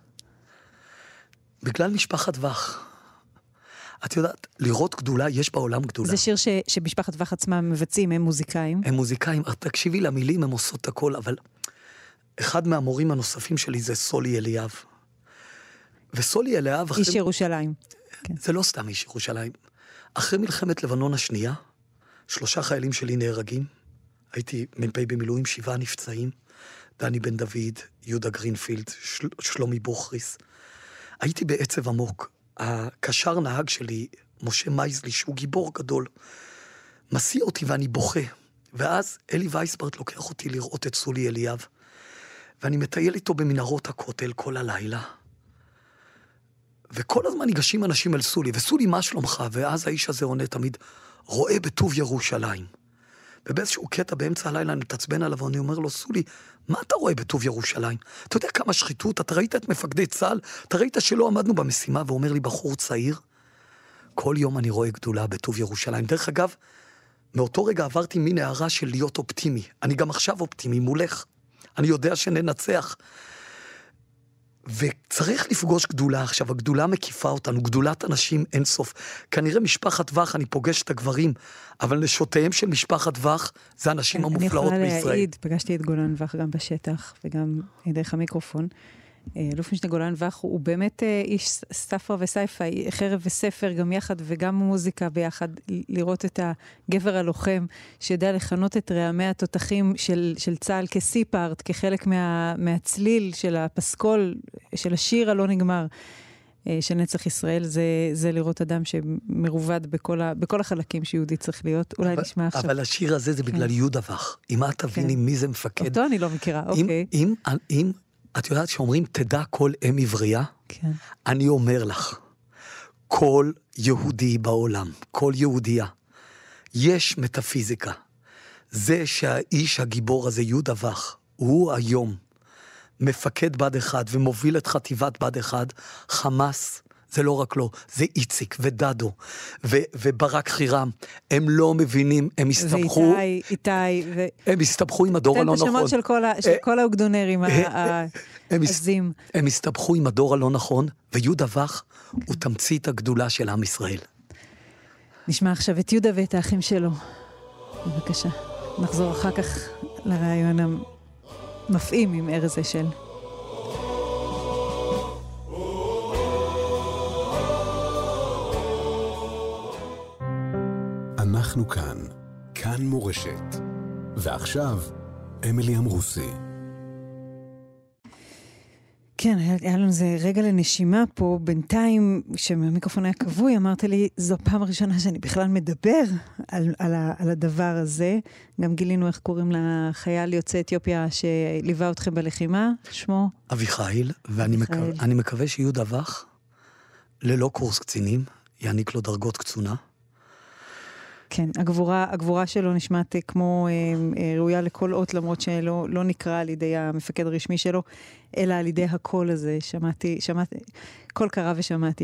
בגלל משפחת וח. את יודעת, לראות גדולה, יש בעולם גדולה. זה שיר שמשפחת וח עצמה מבצעים, הם מוזיקאים. הם מוזיקאים, תקשיבי למילים, הם עושות הכל, אבל אחד מהמורים הנוספים שלי זה סולי אליאב. וסולי אליאב... איש ירושלים. זה לא סתם איש ירושלים. אחרי מלחמת לבנון השנייה, 3 חיילים שלי נהרגים, הייתי מ"פ במילואים, 7 נפצעים, דני בן דוד, יהודה גרינפילד, שלומי בוכריס. הייתי בעצב עמוק. הקשר נהג שלי, משה מייזלי, שהוא גיבור גדול, מסיע אותי ואני בוכה. ואז אלי וייסברט לוקח אותי לראות את סולי אליאב, ואני מטייל איתו במנהרות הכותל כל הלילה. וכל הזמן ניגשים אנשים אל סולי, וסולי, מה שלומך? ואז האיש הזה עונה תמיד, רואה בטוב ירושלים. ובאיזשהו קטע באמצע הלילה אני מתעצבן עליו, ואני אומר לו, סולי, מה אתה רואה בטוב ירושלים? אתה יודע כמה שחיתות? אתה ראית את מפקדי צה"ל? אתה ראית שלא עמדנו במשימה? ואומר לי, בחור צעיר, כל יום אני רואה גדולה בטוב ירושלים. דרך אגב, מאותו רגע עברתי מין הערה של להיות אופטימי. אני גם עכשיו אופטימי מולך. אני יודע שננצח. וצריך לפגוש גדולה עכשיו, הגדולה מקיפה אותנו, גדולת אנשים אין סוף. כנראה משפחת וח, אני פוגש את הגברים, אבל נשותיהם של משפחת וח, זה האנשים המופלאות בישראל. אני יכולה להעיד, פגשתי את גולן וח גם בשטח, וגם דרך המיקרופון. אלוף משנה גולן וח הוא באמת איש ספר וסייפה, חרב וספר גם יחד וגם מוזיקה ביחד, לראות את הגבר הלוחם שיודע לכנות את רעמי התותחים של צה"ל כסיפארט, כחלק מהצליל של הפסקול, של השיר הלא נגמר של נצח ישראל. זה לראות אדם שמרובד בכל החלקים שיהודי צריך להיות. אולי נשמע עכשיו. אבל השיר הזה זה בגלל יהודה וח. אם את תביני מי זה מפקד. אותו אני לא מכירה, אוקיי. אם את יודעת שאומרים, תדע כל אם עברייה? כן. אני אומר לך, כל יהודי בעולם, כל יהודייה, יש מטאפיזיקה. זה שהאיש הגיבור הזה, יהודה וח, הוא היום מפקד בד אחד ומוביל את חטיבת בד אחד, חמאס, זה לא רק לא, זה איציק ודדו וברק חירם, הם לא מבינים, הם הסתבכו, הם הסתבכו עם הדור הלא נכון. תן את השמות של כל האוגדונרים העזים. הם הסתבכו עם הדור הלא נכון, ויהודה וח הוא תמצית הגדולה של עם ישראל. נשמע עכשיו את יהודה ואת האחים שלו. בבקשה, נחזור אחר כך לרעיון המפעים עם ארז אשל. אנחנו כאן, כאן מורשת. ועכשיו, אמילי אמרוסי. כן, היה לנו איזה רגע לנשימה פה, בינתיים, כשהמיקרופון היה כבוי, אמרת לי, זו פעם הראשונה שאני בכלל מדבר על הדבר הזה. גם גילינו איך קוראים לחייל יוצא אתיופיה שליווה אתכם בלחימה, שמו? אביחיל, ואני מקווה שיהיו דווח, ללא קורס קצינים, יעניק לו דרגות קצונה. כן, הגבורה שלו נשמעת כמו ראויה לכל אות, למרות שלא נקרא על ידי המפקד הרשמי שלו, אלא על ידי הקול הזה. שמעתי, קול קרא ושמעתי.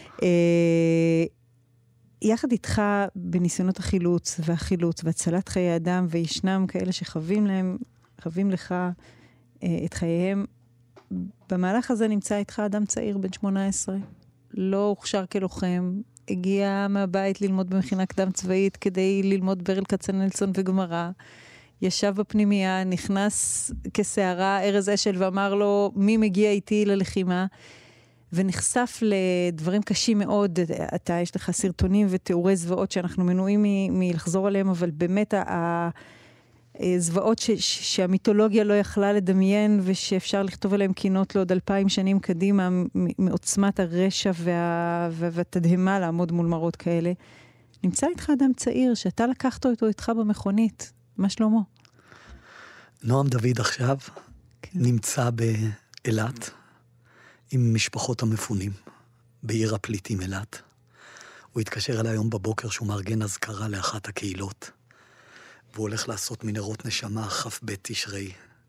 יחד איתך בניסיונות החילוץ והחילוץ והצלת חיי אדם, וישנם כאלה חווים לך את חייהם. במהלך הזה נמצא איתך אדם צעיר בן 18, לא הוכשר כלוחם, הגיע מהבית ללמוד במכינה קדם צבאית כדי ללמוד ברל כצנלסון וגמרא. ישב בפנימיה, נכנס כסערה ארז אשל ואמר לו, מי מגיע איתי ללחימה? ונחשף לדברים קשים מאוד. אתה, יש לך סרטונים ותיאורי זוועות שאנחנו מנועים מלחזור עליהם, אבל באמת הזוועות שהמיתולוגיה לא יכלה לדמיין, ושאפשר לכתוב עליהם קינות לעוד 2000 שנים קדימה, מעוצמת הרשע והתדהמה לעמוד מול מראות כאלה. נמצא איתך אדם צעיר, שאתה לקחת אותו איתך במכונית. מה שלמה? נועם דוד עכשיו נמצא באילת, עם משפחות המפונים, בעיר הפליטים אילת. הוא התקשר אליי היום בבוקר שהוא מארגן אזכרה לאחת הקהילות. והוא הולך לעשות מנהרות נשמה כ"ב תשרי.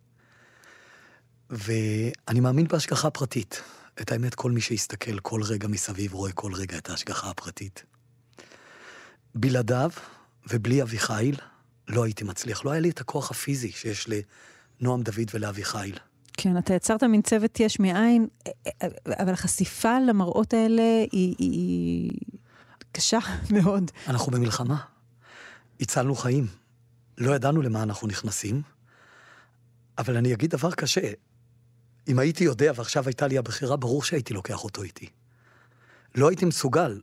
ואני מאמין בהשגחה פרטית. את האמת, כל מי שיסתכל כל רגע מסביב רואה כל רגע את ההשגחה הפרטית. בלעדיו ובלי אביחיל לא הייתי מצליח. לא היה לי את הכוח הפיזי שיש לנועם דוד ולאביחיל. כן, אתה יצרת מין צוות יש מאין, אבל החשיפה למראות האלה היא קשה מאוד. אנחנו במלחמה. הצלנו חיים. לא ידענו למה אנחנו נכנסים, אבל אני אגיד דבר קשה. אם הייתי יודע, ועכשיו הייתה לי הבחירה, ברור שהייתי לוקח אותו איתי. לא הייתי מסוגל.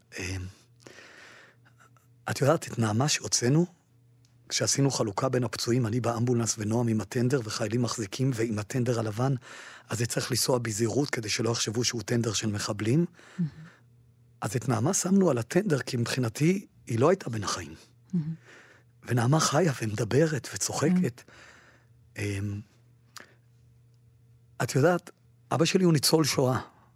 את יודעת, את נעמה שהוצאנו, כשעשינו חלוקה בין הפצועים, אני באמבולנס ונועם עם הטנדר, וחיילים מחזיקים ועם הטנדר הלבן, אז זה צריך לנסוע בזהירות, כדי שלא יחשבו שהוא טנדר של מחבלים. אז את נעמה שמנו על הטנדר, כי מבחינתי היא לא הייתה בין החיים. ונעמה חיה ומדברת וצוחקת. את יודעת, אבא שלי הוא ניצול שואה,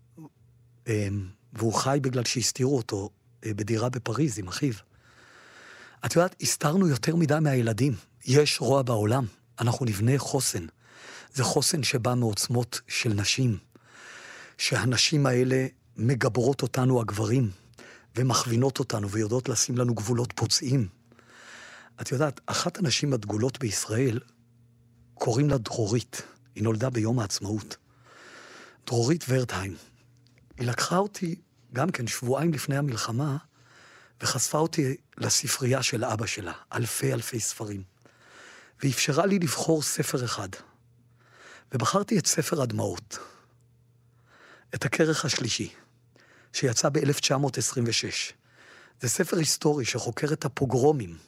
והוא חי בגלל שהסתירו אותו בדירה בפריז עם אחיו. את יודעת, הסתרנו יותר מדי מהילדים. יש רוע בעולם, אנחנו נבנה חוסן. זה חוסן שבא מעוצמות של נשים, שהנשים האלה מגברות אותנו הגברים, ומכווינות אותנו ויודעות לשים לנו גבולות פוצעים. את יודעת, אחת הנשים הדגולות בישראל, קוראים לה דרורית. היא נולדה ביום העצמאות. דרורית ורטהיים. היא לקחה אותי גם כן שבועיים לפני המלחמה, וחשפה אותי לספרייה של אבא שלה, אלפי ספרים. ואפשרה לי לבחור ספר אחד. ובחרתי את ספר הדמעות. את הכרך השלישי, שיצא ב-1926. זה ספר היסטורי שחוקר את הפוגרומים,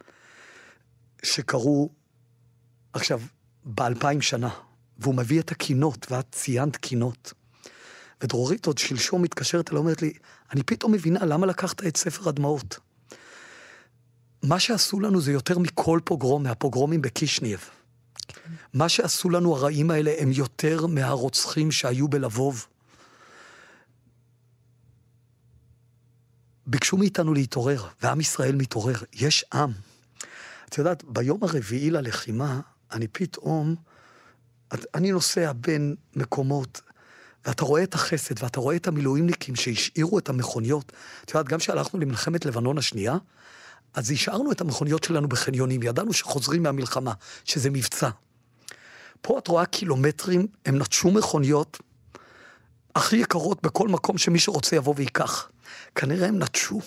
שקרו עכשיו ב-2000 שנה, והוא מביא את הקינות, ואת ציינת קינות. ודרורית עוד שלשום מתקשרת אליי, אומרת לי, אני פתאום מבינה למה לקחת את ספר הדמעות. מה שעשו לנו זה יותר מכל פוגרום, מהפוגרומים בקישנייב. מה שעשו לנו הרעים האלה הם יותר מהרוצחים שהיו בלבוב. ביקשו מאיתנו להתעורר, ועם ישראל מתעורר. יש עם. את יודעת, ביום הרביעי ללחימה, אני פתאום, אני נוסע בין מקומות, ואתה רואה את החסד, ואתה רואה את המילואימניקים שהשאירו את המכוניות. את יודעת, גם כשהלכנו למלחמת לבנון השנייה, אז השארנו את המכוניות שלנו בחניונים, ידענו שחוזרים מהמלחמה, שזה מבצע. פה את רואה קילומטרים, הם נטשו מכוניות, הכי יקרות בכל מקום שמי שרוצה יבוא ויקח. כנראה הם נטשו.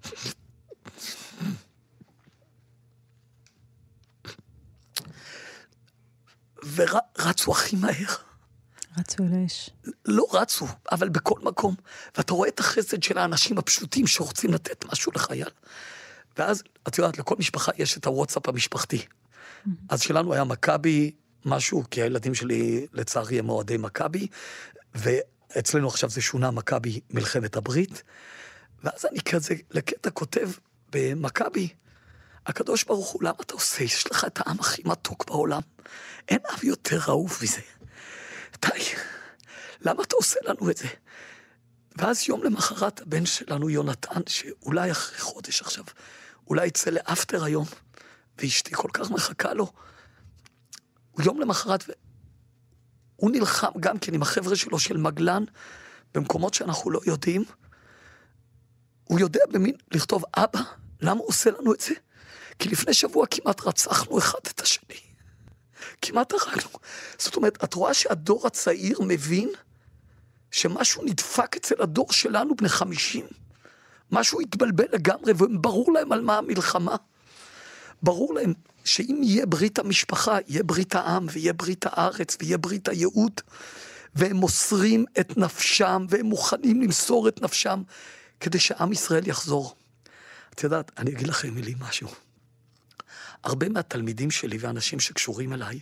ורצו הכי מהר. רצו אל האש. לא רצו, אבל בכל מקום. ואתה רואה את החסד של האנשים הפשוטים שרוצים לתת משהו לחייל. ואז, את יודעת, לכל משפחה יש את הוואטסאפ המשפחתי. אז שלנו היה מכבי משהו, כי הילדים שלי לצערי הם אוהדי מכבי, ואצלנו עכשיו זה שונה מכבי מלחמת הברית, ואז אני כזה לקטע כותב במכבי, הקדוש ברוך הוא, למה אתה עושה? יש לך את העם הכי מתוק בעולם. אין עם יותר אהוב מזה. די, למה אתה עושה לנו את זה? ואז יום למחרת הבן שלנו יונתן, שאולי אחרי חודש עכשיו, אולי יצא לאפטר היום, ואשתי כל כך מחכה לו, הוא יום למחרת, הוא נלחם גם כן עם החבר'ה שלו של מגלן, במקומות שאנחנו לא יודעים, הוא יודע במין לכתוב, אבא, למה הוא עושה לנו את זה? כי לפני שבוע כמעט רצחנו אחד את השני. כמעט הרגנו. זאת אומרת, את רואה שהדור הצעיר מבין שמשהו נדפק אצל הדור שלנו בני 50. משהו התבלבל לגמרי, וברור להם על מה המלחמה. ברור להם שאם יהיה ברית המשפחה, יהיה ברית העם, ויהיה ברית הארץ, ויהיה ברית הייעוד, והם מוסרים את נפשם, והם מוכנים למסור את נפשם, כדי שעם ישראל יחזור. את יודעת, אני אגיד לכם מילים משהו. הרבה מהתלמידים שלי ואנשים שקשורים אליי,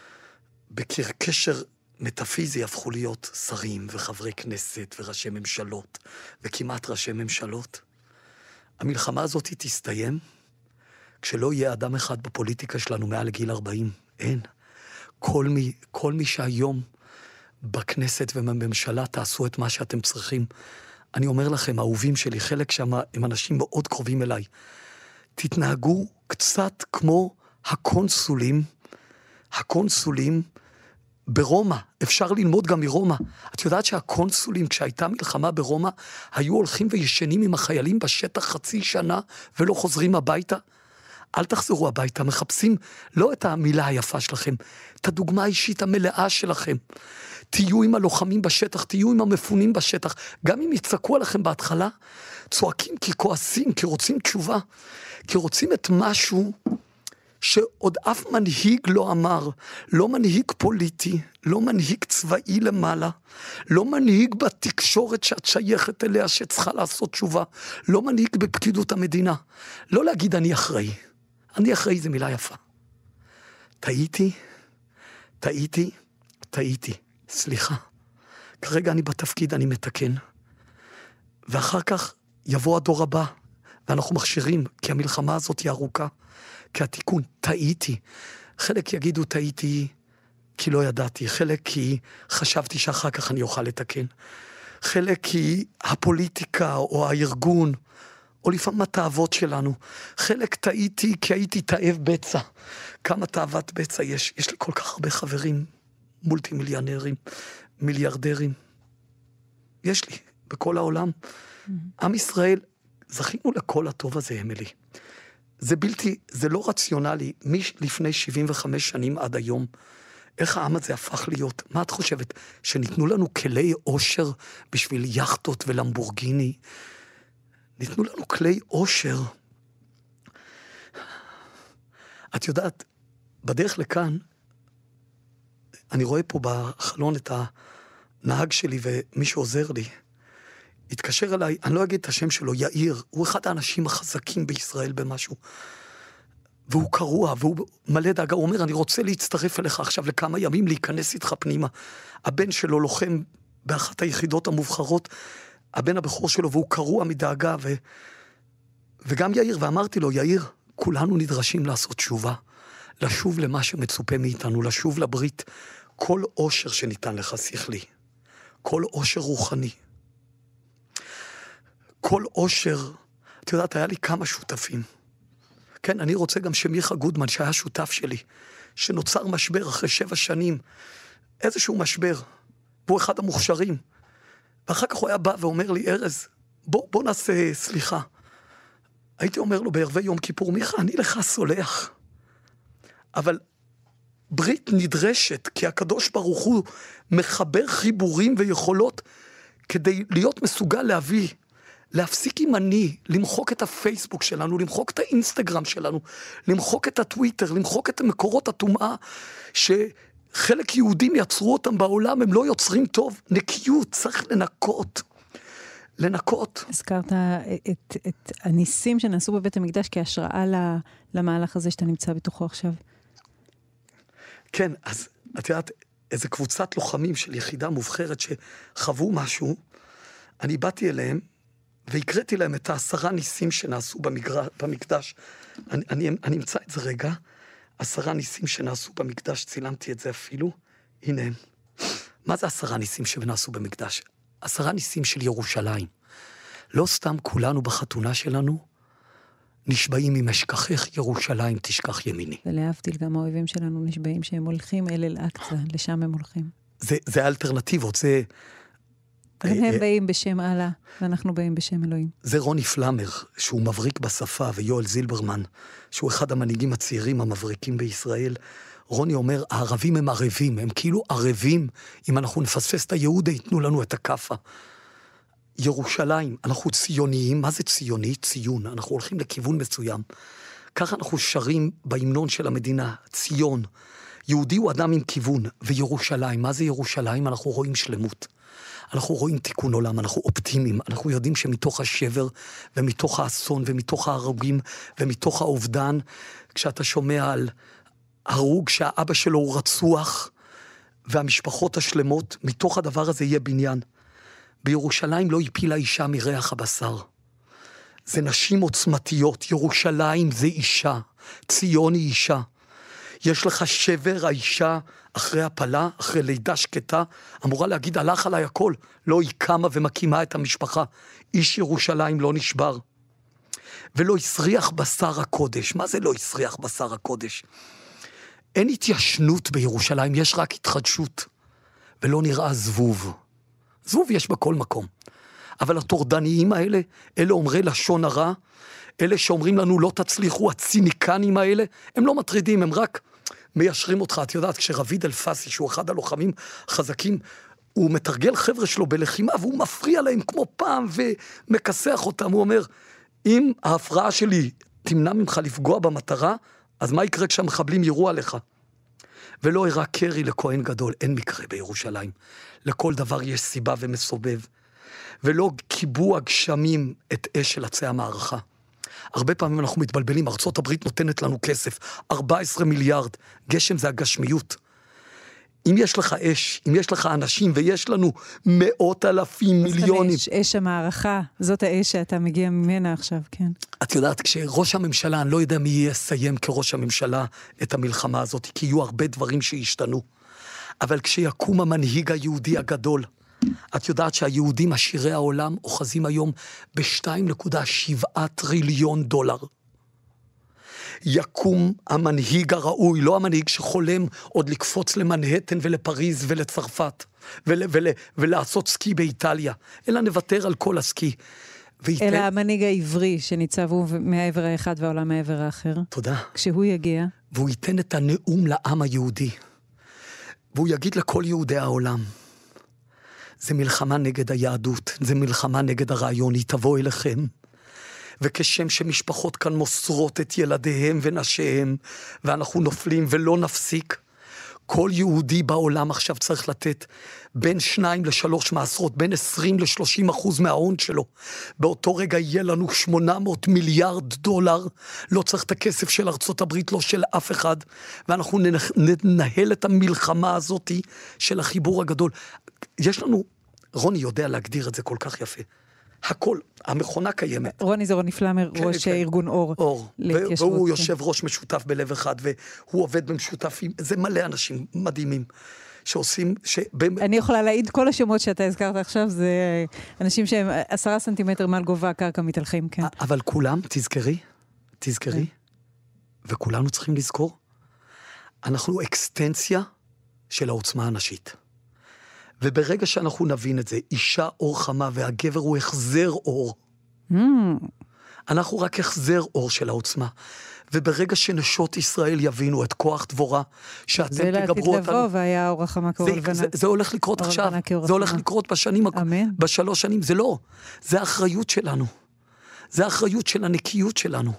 בקשר מטאפיזי הפכו להיות שרים וחברי כנסת וראשי ממשלות, וכמעט ראשי ממשלות. המלחמה הזאת היא תסתיים, כשלא יהיה אדם אחד בפוליטיקה שלנו מעל גיל 40. אין. כל מי שהיום בכנסת ובממשלה תעשו את מה שאתם צריכים. אני אומר לכם, האהובים שלי, חלק שם הם אנשים מאוד קרובים אליי. תתנהגו קצת כמו הקונסולים ברומא. אפשר ללמוד גם מרומא. את יודעת שהקונסולים, כשהייתה מלחמה ברומא, היו הולכים וישנים עם החיילים בשטח חצי שנה ולא חוזרים הביתה? אל תחזרו הביתה, מחפשים לא את המילה היפה שלכם, את הדוגמה האישית המלאה שלכם. תהיו עם הלוחמים בשטח, תהיו עם המפונים בשטח. גם אם יצעקו עליכם בהתחלה, צועקים כי כועסים, כי רוצים תשובה, כי רוצים את משהו שעוד אף מנהיג לא אמר, לא מנהיג פוליטי, לא מנהיג צבאי למעלה, לא מנהיג בתקשורת שאת שייכת אליה שצריכה לעשות תשובה, לא מנהיג בפקידות המדינה. לא להגיד אני אחראי. אני אחראי זה מילה יפה. טעיתי. סליחה. כרגע אני בתפקיד, אני מתקן. ואחר כך יבוא הדור הבא, ואנחנו מכשירים, כי המלחמה הזאת היא ארוכה, כי התיקון, טעיתי. חלק יגידו טעיתי כי לא ידעתי, חלק כי חשבתי שאחר כך אני אוכל לתקן. חלק כי הפוליטיקה או הארגון, או לפעמים התאוות שלנו. חלק טעיתי כי הייתי תאב בצע. כמה תאוות בצע יש? יש לי כל כך הרבה חברים, מולטי מיליונרים, מיליארדרים. יש לי, בכל העולם. עם ישראל, זכינו לכל הטוב הזה, אמילי. זה לא רציונלי, לפני 75 שנים עד היום, איך העם הזה הפך להיות? מה את חושבת? שניתנו לנו כלי אושר בשביל יחטות ולמבורגיני? ניתנו לנו כלי אושר. את יודעת, בדרך לכאן, אני רואה פה בחלון את הנהג שלי ומי שעוזר לי, התקשר אליי, אני לא אגיד את השם שלו, יאיר, הוא אחד האנשים החזקים בישראל במשהו, והוא קרוע, והוא מלא דאגה, הוא אומר, אני רוצה להצטרף אליך עכשיו לכמה ימים, להיכנס איתך פנימה. הבן שלו לוחם באחת היחידות המובחרות, הבן הבכור שלו, והוא קרוע מדאגה, וגם יאיר, ואמרתי לו, יאיר, כולנו נדרשים לעשות תשובה, לשוב למה שמצופה מאיתנו, לשוב לברית, כל אושר שניתן לך שכלי, כל אושר רוחני, כל אושר, את יודעת, היה לי כמה שותפים. כן, אני רוצה גם שמיכה גודמן, שהיה שותף שלי, שנוצר משבר אחרי 7 שנים, איזשהו משבר, והוא אחד המוכשרים. ואחר כך הוא היה בא ואומר לי, ארז, בוא נעשה סליחה. הייתי אומר לו בערבי יום כיפור, מיכה, אני לך סולח. אבל ברית נדרשת, כי הקדוש ברוך הוא מחבר חיבורים ויכולות, כדי להיות מסוגל להפסיק עם למחוק את הפייסבוק שלנו, למחוק את האינסטגרם שלנו, למחוק את הטוויטר, למחוק את המקורות הטומאה, שחלק יהודים יצרו אותם בעולם, הם לא יוצרים טוב. נקיות, צריך לנקות. הזכרת את הניסים שנעשו בבית המקדש כהשראה למהלך הזה שאתה נמצא בתוכו עכשיו. כן, אז את יודעת, איזה קבוצת לוחמים של יחידה מובחרת שחוו משהו, אני באתי אליהם, והקראתי להם את 10 ניסים שנעשו במקדש. אני אמצא את זה רגע, 10 ניסים שנעשו במקדש, צילמתי את זה אפילו, הנה הם. מה זה 10 ניסים שנעשו במקדש? 10 ניסים של ירושלים. לא סתם כולנו בחתונה שלנו, נשבעים אם אשכחך ירושלים תשכח ימיני. ולהבדיל גם האויבים שלנו נשבעים שהם הולכים אל אל-אקצה, לשם הם הולכים. זה האלטרנטיבות, זה... הם באים בשם אללה, ואנחנו באים בשם אלוהים. זה רוני פלמר, שהוא מבריק בשפה, ויואל זילברמן, שהוא אחד המנהיגים הצעירים המבריקים בישראל. רוני אומר, הערבים הם ערבים, הם כאילו ערבים, אם אנחנו נפספס את היהודה, ייתנו לנו את הכפה. ירושלים, אנחנו ציוניים, מה זה ציוני? ציון, אנחנו הולכים לכיוון מסוים. ככה אנחנו שרים בהמנון של המדינה, ציון. יהודי הוא אדם עם כיוון, וירושלים, מה זה ירושלים? אנחנו רואים שלמות. אנחנו רואים תיקון עולם, אנחנו אופטימיים, אנחנו יודעים שמתוך השבר, ומתוך האסון, ומתוך ההרוגים, ומתוך האובדן, כשאתה שומע על הרוג שהאבא שלו הוא רצוח, והמשפחות השלמות, מתוך הדבר הזה יהיה בניין. בירושלים לא הפילה אישה מריח הבשר. זה נשים עוצמתיות, ירושלים זה אישה, ציון היא אישה. יש לך שבר, האישה אחרי הפלה, אחרי לידה שקטה, אמורה להגיד, הלך עליי הכל. לא, היא קמה ומקימה את המשפחה. איש ירושלים לא נשבר. ולא יסריח בשר הקודש. מה זה לא יסריח בשר הקודש? אין התיישנות בירושלים, יש רק התחדשות. ולא נראה זבוב. זבוב יש בכל מקום. אבל התורדניים האלה, אלה אומרי לשון הרע, אלה שאומרים לנו לא תצליחו, הציניקנים האלה, הם לא מטרידים, הם רק מיישרים אותך. את יודעת, כשרביד אלפסי, שהוא אחד הלוחמים חזקים, הוא מתרגל חבר'ה שלו בלחימה, והוא מפריע להם כמו פעם, ומכסח אותם. הוא אומר, אם ההפרעה שלי תמנע ממך לפגוע במטרה, אז מה יקרה כשהמחבלים יראו עליך? ולא הראה קרי לכהן גדול, אין מקרה בירושלים. לכל דבר יש סיבה ומסובב. ולא קיבו הגשמים את אש של עצי המערכה. הרבה פעמים אנחנו מתבלבלים, ארצות הברית נותנת לנו כסף, 14 מיליארד, גשם זה הגשמיות. אם יש לך אש, אם יש לך אנשים, ויש לנו 100,000 מיליונים. אש המערכה, זאת האש שאתה מגיע ממנה עכשיו, כן. את יודעת, כשראש הממשלה, אני לא יודע מי יסיים כראש הממשלה את המלחמה הזאת, כי יהיו הרבה דברים שישתנו. אבל כשיקום המנהיג היהודי הגדול, את יודעת שהיהודים עשירי העולם אוחזים היום ב$2.7 טריליון. יקום המנהיג הראוי, לא המנהיג שחולם עוד לקפוץ למנהטן ולפריז ולצרפת, ולעשות סקי באיטליה, אלא נוותר על כל הסקי. אלא המנהיג העברי שניצב הוא מהעבר האחד והעולם מהעבר האחר. תודה. כשהוא יגיע. והוא ייתן את הנאום לעם היהודי. והוא יגיד לכל יהודי העולם, זה מלחמה נגד היהדות, זה מלחמה נגד הרעיון, היא תבוא אליכם. וכשם שמשפחות כאן מוסרות את ילדיהם ונשיהם, ואנחנו נופלים ולא נפסיק, כל יהודי בעולם עכשיו צריך לתת בין 2 ל3 מעשרות, בין 20-30% מההון שלו. באותו רגע יהיה לנו $800 מיליארד, לא צריך את הכסף של ארצות הברית, לא של אף אחד, ואנחנו ננהל את המלחמה הזאת של החיבור הגדול. יש לנו, רוני יודע להגדיר את זה כל כך יפה. הכל, המכונה קיימת. רוני זה רוני פלמר, כן, ראש ארגון אור. אור, והוא יושב ראש משותף בלב אחד, והוא עובד במשותף, זה מלא אנשים מדהימים, שעושים... אני יכולה להעיד, כל השמות שאתה הזכרת עכשיו, זה אנשים שהם 10 סנטימטר מעל גובה הקרקע מתהלכים, כן. אבל כולם, תזכרי, וכולנו צריכים לזכור, אנחנו אקסטנציה של העוצמה הנשית. וברגע שאנחנו נבין את זה, אישה אור חמה והגבר הוא החזר אור. אנחנו רק החזר אור של העוצמה. וברגע שנשות ישראל יבינו את כוח דבורה, שאתם תגברו אותנו... זה לעתיד לבוא, והיה אור החמה כאור לבנה. זה הולך לקרות עכשיו. זה הולך לקרות ב3 שנים. זה לא. זה האחריות שלנו. זה האחריות של הנקיות שלנו.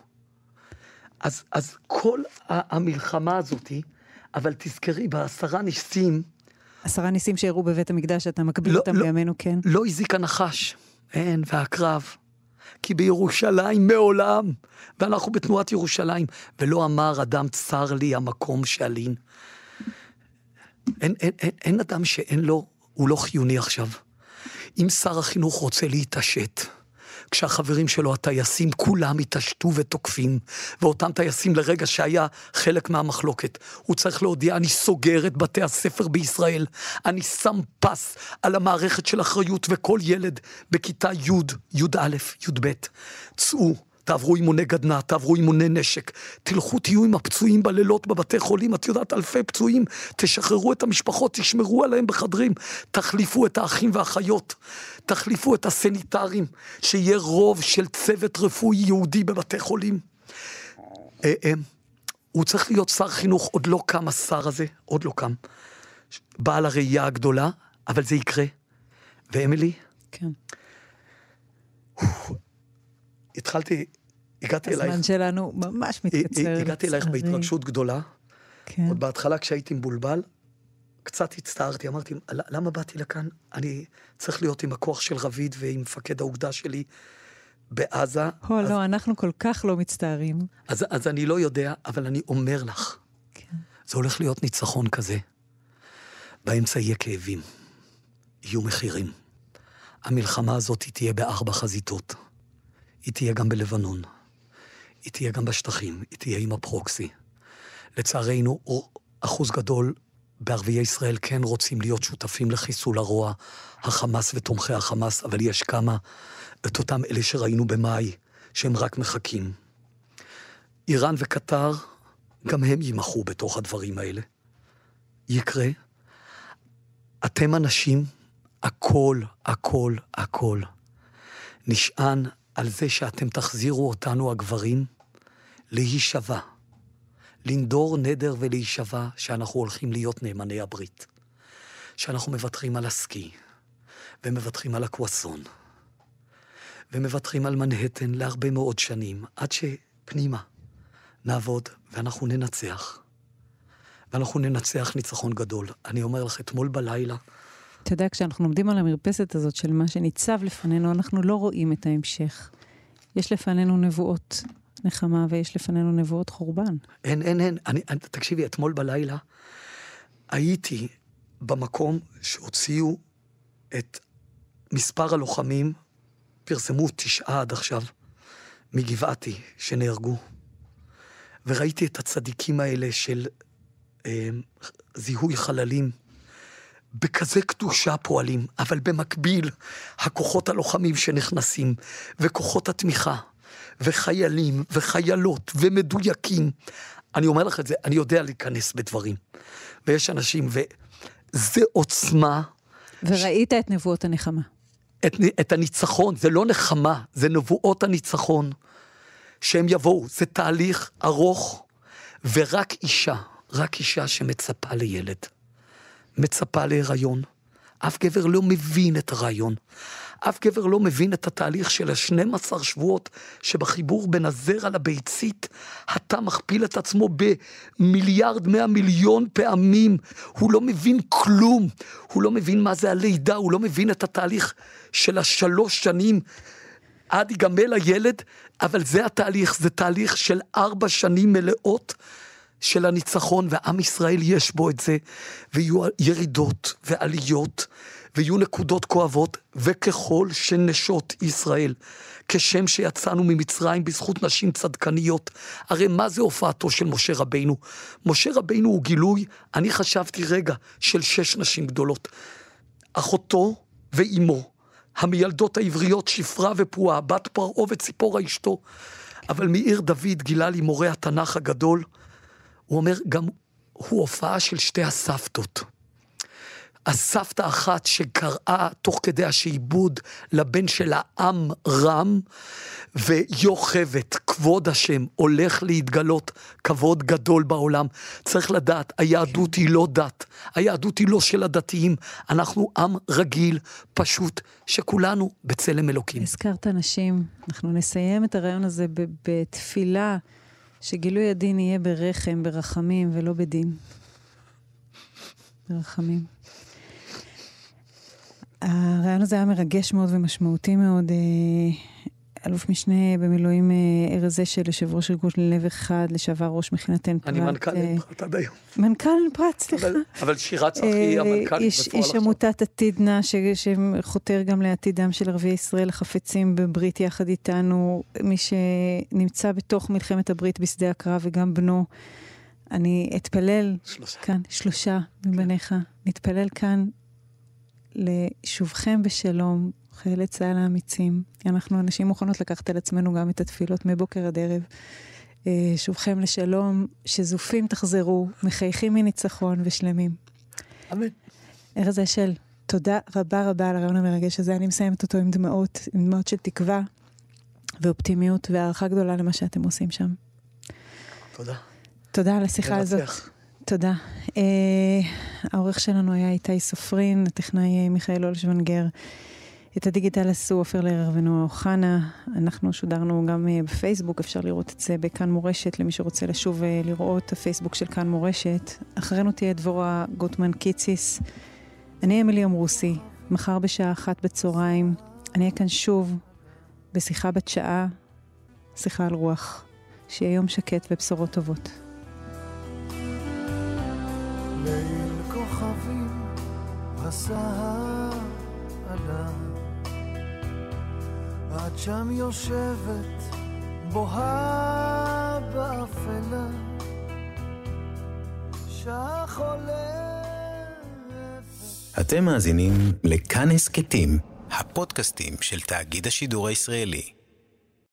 אז כל המלחמה הזאת, אבל תזכרי, ב10 ניסים... 10 ניסים שהראו בבית המקדש, אתה מקביל אותם בימינו, כן? לא הזיק הנחש, אין, והקרב, כי בירושלים מעולם, ואנחנו בתנועת ירושלים, ולא אמר אדם צר לי המקום שעלין. אין אדם שאין לו, הוא לא חיוני עכשיו. אם שר החינוך רוצה להתעשת, כשהחברים שלו, הטייסים, כולם התעשתו ותוקפים, ואותם טייסים לרגע שהיה חלק מהמחלוקת, הוא צריך להודיע, אני סוגר את בתי הספר בישראל, אני שם פס על המערכת של אחריות, וכל ילד בכיתה י', י"א, י"ב, צאו, תעברו אימוני גדנ"ע, תעברו אימוני נשק, תלכו תהיו עם הפצועים בלילות בבתי חולים, את יודעת, אלפי פצועים, תשחררו את המשפחות, תשמרו עליהם בחדרים, תחליפו את האחים והאחיות, תחליפו את הסניטרים, שיהיה רוב של צוות רפואי יהודי בבתי חולים. הוא צריך להיות שר חינוך, עוד לא קם השר הזה, עוד לא קם. בעל הראייה הגדולה, אבל זה יקרה. ואמילי? כן. הגעתי אלייך. הזמן שלנו ממש מתקצר. הגעתי אלייך בהתרגשות גדולה. כן. עוד בהתחלה כשהייתי מבולבל, קצת הצטערתי, אמרתי, למה באתי לכאן? אני צריך להיות עם הכוח של רביד ועם מפקד האוגדה שלי בעזה. לא, אנחנו כל כך לא מצטערים. אז אני לא יודע, אבל אני אומר לך, כן. זה הולך להיות ניצחון כזה. באמצע יהיה כאבים, יהיו מחירים. המלחמה הזאת היא תהיה ב4 חזיתות. היא תהיה גם בלבנון, היא תהיה גם בשטחים, היא תהיה עם הפרוקסי. לצערנו, אחוז גדול בערביי ישראל כן רוצים להיות שותפים לחיסול הרוע, החמאס ותומכי החמאס, אבל יש כמה, את אותם אלה שראינו במאי, שהם רק מחכים. איראן וקטר, גם הם יימחו בתוך הדברים האלה. יקרה. אתם אנשים, הכל, הכל, הכל. נשען על זה שאתם תחזירו אותנו הגברים להישבע. לנדור נדר ולהישבע שאנחנו הולכים להיות נאמני הברית. שאנחנו מבטרים על הסקי, ומבטרים על הקוואסון, ומבטרים על מנהטן להרבה מאוד שנים, עד שפנימה נעבוד ואנחנו ננצח. ואנחנו ננצח ניצחון גדול. אני אומר לך, אתמול בלילה, אתה יודע, כשאנחנו עומדים על המרפסת הזאת של מה שניצב לפנינו, אנחנו לא רואים את ההמשך. יש לפנינו נבואות נחמה, ויש לפנינו נבואות חורבן. אין. תקשיבי, אתמול בלילה הייתי במקום שהוציאו את מספר הלוחמים, פרסמו 9 עד עכשיו, מגבעתי שנהרגו. וראיתי את הצדיקים האלה של זיהוי חללים, בכזה קדושה פועלים, אבל במקביל, הכוחות הלוחמים שנכנסים, וכוחות התמיכה, וחיילים, וחיילות, ומדויקים. אני אומר לך את זה, אני יודע להיכנס בדברים. ויש אנשים, וזה עוצמה. וראית את נבואות הנחמה. את הניצחון, זה לא נחמה, זה נבואות הניצחון, שהם יבואו, זה תהליך ארוך, ורק אישה שמצפה לילד. מצפה להיריון. אף גבר לא מבין את הרעיון. אף גבר לא מבין את התהליך של 12 שבועות, שבחיבור בין הזרע לביצית, אתה מכפיל את עצמו ב1,100,000,000 פעמים. הוא לא מבין כלום. הוא לא מבין מה זה הלידה, הוא לא מבין את התהליך של 3 שנים, עד יגמל הילד, אבל זה התהליך, זה תהליך של 4 שנים מלאות, של הניצחון, ועם ישראל יש בו את זה, ויהיו ירידות ועליות, ויהיו נקודות כואבות, וככל שנשות ישראל, כשם שיצאנו ממצרים בזכות נשים צדקניות, הרי מה זה הופעתו של משה רבינו? משה רבינו הוא גילוי, אני חשבתי רגע, של 6 נשים גדולות, אחותו ואימו, המילדות העבריות שפרה ופועה, בת פרעה וציפורה אשתו, אבל מעיר דוד גילה לי מורה התנ"ך הגדול, הוא אומר, גם הוא הופעה של 2 הסבתות. הסבתא אחת שקראה תוך כדי השעבוד לבן שלה עם רם, ויוכבת, כבוד השם, הולך להתגלות כבוד גדול בעולם. צריך לדעת, היהדות היא לא דת, היהדות היא לא של הדתיים, אנחנו עם רגיל, פשוט, שכולנו בצלם אלוקים. הזכרת נשים, אנחנו נסיים את הרעיון הזה בתפילה, שגילוי הדין יהיה ברחם, ברחמים, ולא בדין. ברחמים. הרעיון הזה היה מרגש מאוד ומשמעותי מאוד. אלוף משנה במילואים ארז אשל, יושב ראש ארגון לב אחד, לשעבר ראש מכינת עין פרת. אני מנכ"ל עין פרת עד היום. מנכ"ל עין פרת, סליחה. אבל שירת צחי היא המנכ"לית בפועל עכשיו. איש עמותת עתידנה, שחותר גם לעתידם של ערביי ישראל החפצים בברית יחד איתנו, מי שנמצא בתוך מלחמת הברית בשדה הקרב וגם בנו. אני אתפלל כאן, 3 מבניך, נתפלל כאן לשובכם בשלום, חיילי צה"ל האמיצים. אנחנו אנשים מוכנות לקחת על עצמנו גם את התפילות מבוקר עד ערב. שובכם לשלום, שזופים תחזרו, מחייכים מניצחון ושלמים. אמן. ארז אשל, תודה רבה רבה על הרעיון המרגש הזה. אני מסיימת אותו עם דמעות של תקווה ואופטימיות והערכה גדולה למה שאתם עושים שם. תודה. תודה על השיחה הזאת. תודה. העורך שלנו היה איתי סופרין, הטכנאי מיכאל אולשוונגר. את הדיגיטל עשו עופר לרר ונועה אוחנה. אנחנו שודרנו גם בפייסבוק, אפשר לראות את זה בכאן מורשת, למי שרוצה לשוב לראות הפייסבוק של כאן מורשת. אחרינו תהיה דבורה גוטמן קיציס. אני אמילי אמרוסי, מחר בשעה 1 בצהריים. אני אהיה כאן שוב בשיחה בת שעה, שיחה על רוח. שיהיה יום שקט ובשורות טובות. ליל כוכבים הסהר עלה, את שם יושבת בוהה באפלה, שעה חולפת. אתם מאזינים לכאן הסכתים, הפודקאסטים של תאגיד השידור הישראלי.